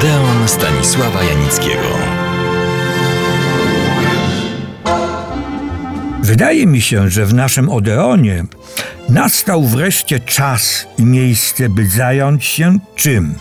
Odeon Stanisława Janickiego. Wydaje mi się, że w naszym Odeonie nastał wreszcie czas i miejsce, by zająć się czym?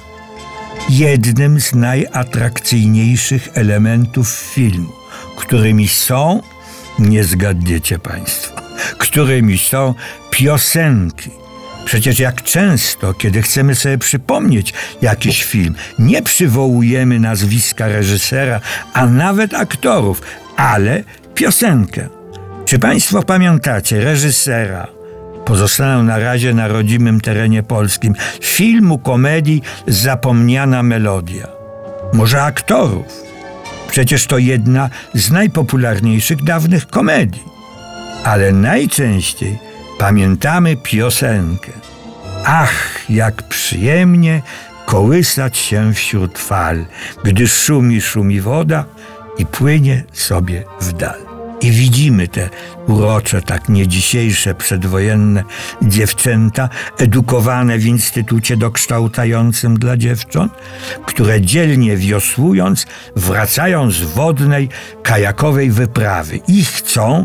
Jednym z najatrakcyjniejszych elementów filmu, którymi są, nie zgadniecie Państwo, którymi są piosenki. Przecież jak często, kiedy chcemy sobie przypomnieć jakiś film, nie przywołujemy nazwiska reżysera, a nawet aktorów, ale piosenkę. Czy Państwo pamiętacie reżysera? Pozostanę na razie na rodzimym terenie polskim. Filmu komedii Zapomniana melodia. Może aktorów? Przecież to jedna z najpopularniejszych dawnych komedii. Ale najczęściej pamiętamy piosenkę. Ach, jak przyjemnie kołysać się wśród fal, gdy szumi woda i płynie sobie w dal. I widzimy te urocze, tak nie dzisiejsze, przedwojenne dziewczęta edukowane w instytucie dokształcającym dla dziewcząt, które dzielnie wiosłując wracają z wodnej, kajakowej wyprawy i chcą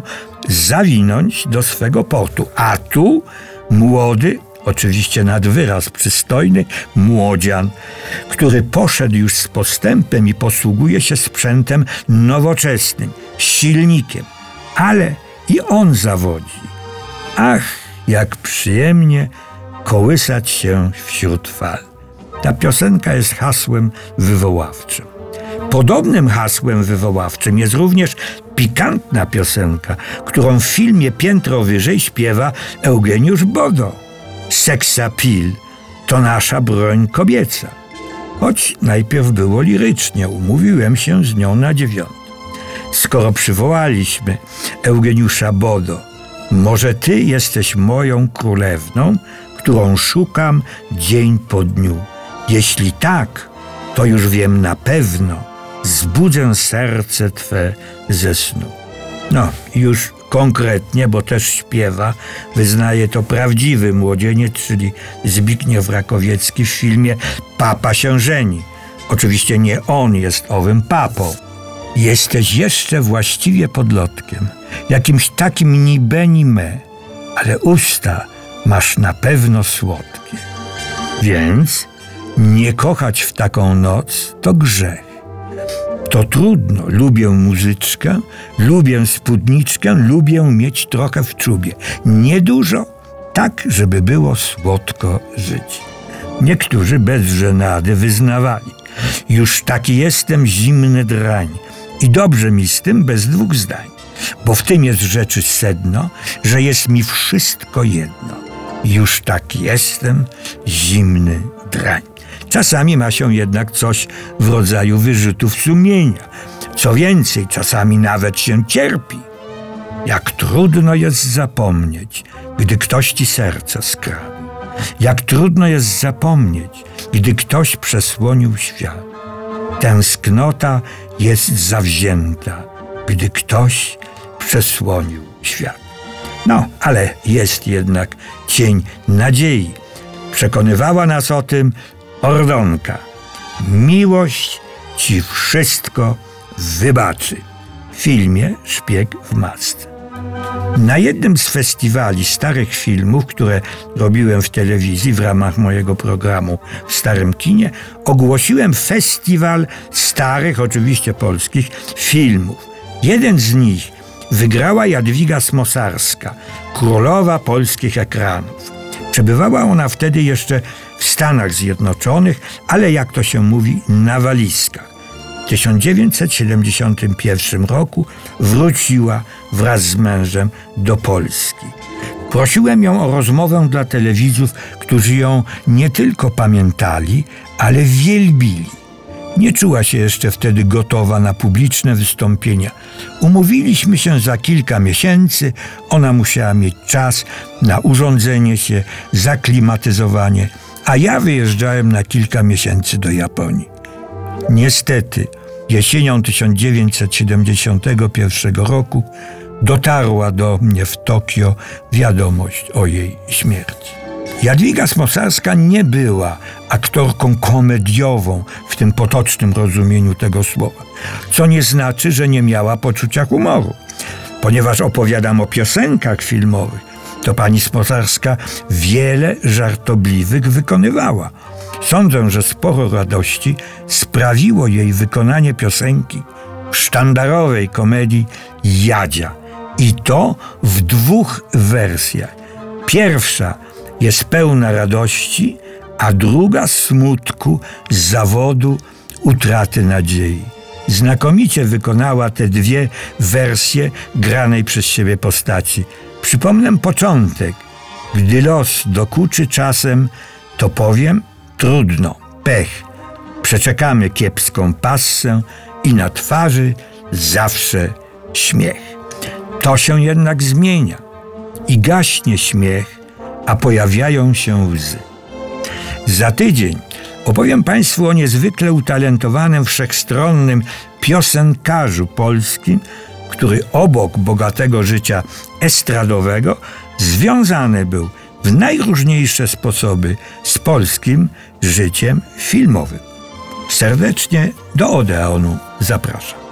zawinąć do swego portu. A tu młody, oczywiście nad wyraz przystojny, młodzian, który poszedł już z postępem i posługuje się sprzętem nowoczesnym, silnikiem, ale i on zawodzi. Ach, jak przyjemnie kołysać się wśród fal. Ta piosenka jest hasłem wywoławczym. Podobnym hasłem wywoławczym jest również pikantna piosenka, którą w filmie Piętro wyżej śpiewa Eugeniusz Bodo. Seksapil to nasza broń kobieca. Choć najpierw było lirycznie, umówiłem się z nią na 9. Skoro przywołaliśmy Eugeniusza Bodo, może ty jesteś moją królewną, którą szukam dzień po dniu. Jeśli tak, to już wiem na pewno, zbudzę serce twe ze snu. No, już konkretnie, bo też śpiewa, wyznaje to prawdziwy młodzieniec, czyli Zbigniew Rakowiecki w filmie Papa się żeni. Oczywiście nie on jest owym papą. Jesteś jeszcze właściwie podlotkiem, jakimś takim nibe ni me, ale usta masz na pewno słodkie. Więc nie kochać w taką noc to grzech. To trudno. Lubię muzyczkę, lubię spódniczkę, lubię mieć trochę w czubie. Niedużo, tak, żeby było słodko żyć. Niektórzy bez żenady wyznawali: już taki jestem zimny drań i dobrze mi z tym bez dwóch zdań, bo w tym jest rzeczy sedno, że jest mi wszystko jedno. Już tak jestem zimny drań. Czasami ma się jednak coś w rodzaju wyrzutów sumienia. Co więcej, czasami nawet się cierpi. Jak trudno jest zapomnieć, gdy ktoś ci serce skradł. Jak trudno jest zapomnieć, gdy ktoś przesłonił świat. Tęsknota jest zawzięta, gdy ktoś przesłonił świat. No, ale jest jednak cień nadziei. Przekonywała nas o tym Ordonka. Miłość ci wszystko wybaczy. W filmie Szpieg w masce. Na jednym z festiwali starych filmów, które robiłem w telewizji w ramach mojego programu w Starym Kinie, ogłosiłem festiwal starych, oczywiście polskich, filmów. Jeden z nich wygrała Jadwiga Smosarska, królowa polskich ekranów. Przebywała ona wtedy jeszcze w Stanach Zjednoczonych, ale jak to się mówi, na walizkach. W 1971 roku wróciła wraz z mężem do Polski. Prosiłem ją o rozmowę dla telewidzów, którzy ją nie tylko pamiętali, ale wielbili. Nie czuła się jeszcze wtedy gotowa na publiczne wystąpienia. Umówiliśmy się za kilka miesięcy, ona musiała mieć czas na urządzenie się, zaklimatyzowanie, a ja wyjeżdżałem na kilka miesięcy do Japonii. Niestety, jesienią 1971 roku dotarła do mnie w Tokio wiadomość o jej śmierci. Jadwiga Smosarska nie była aktorką komediową w tym potocznym rozumieniu tego słowa, co nie znaczy, że nie miała poczucia humoru. Ponieważ opowiadam o piosenkach filmowych, to pani Smosarska wiele żartobliwych wykonywała. Sądzę, że sporo radości sprawiło jej wykonanie piosenki w sztandarowej komedii Jadzia. I to w 2 wersjach. Pierwsza jest pełna radości, a druga smutku, zawodu, utraty nadziei. Znakomicie wykonała te 2 wersje granej przez siebie postaci. Przypomnę początek. Gdy los dokuczy czasem, to powiem trudno, pech. Przeczekamy kiepską passę i na twarzy zawsze śmiech. To się jednak zmienia i gaśnie śmiech, a pojawiają się łzy. Za tydzień opowiem Państwu o niezwykle utalentowanym, wszechstronnym piosenkarzu polskim, który obok bogatego życia estradowego związany był w najróżniejsze sposoby z polskim życiem filmowym. Serdecznie do Odeonu zapraszam.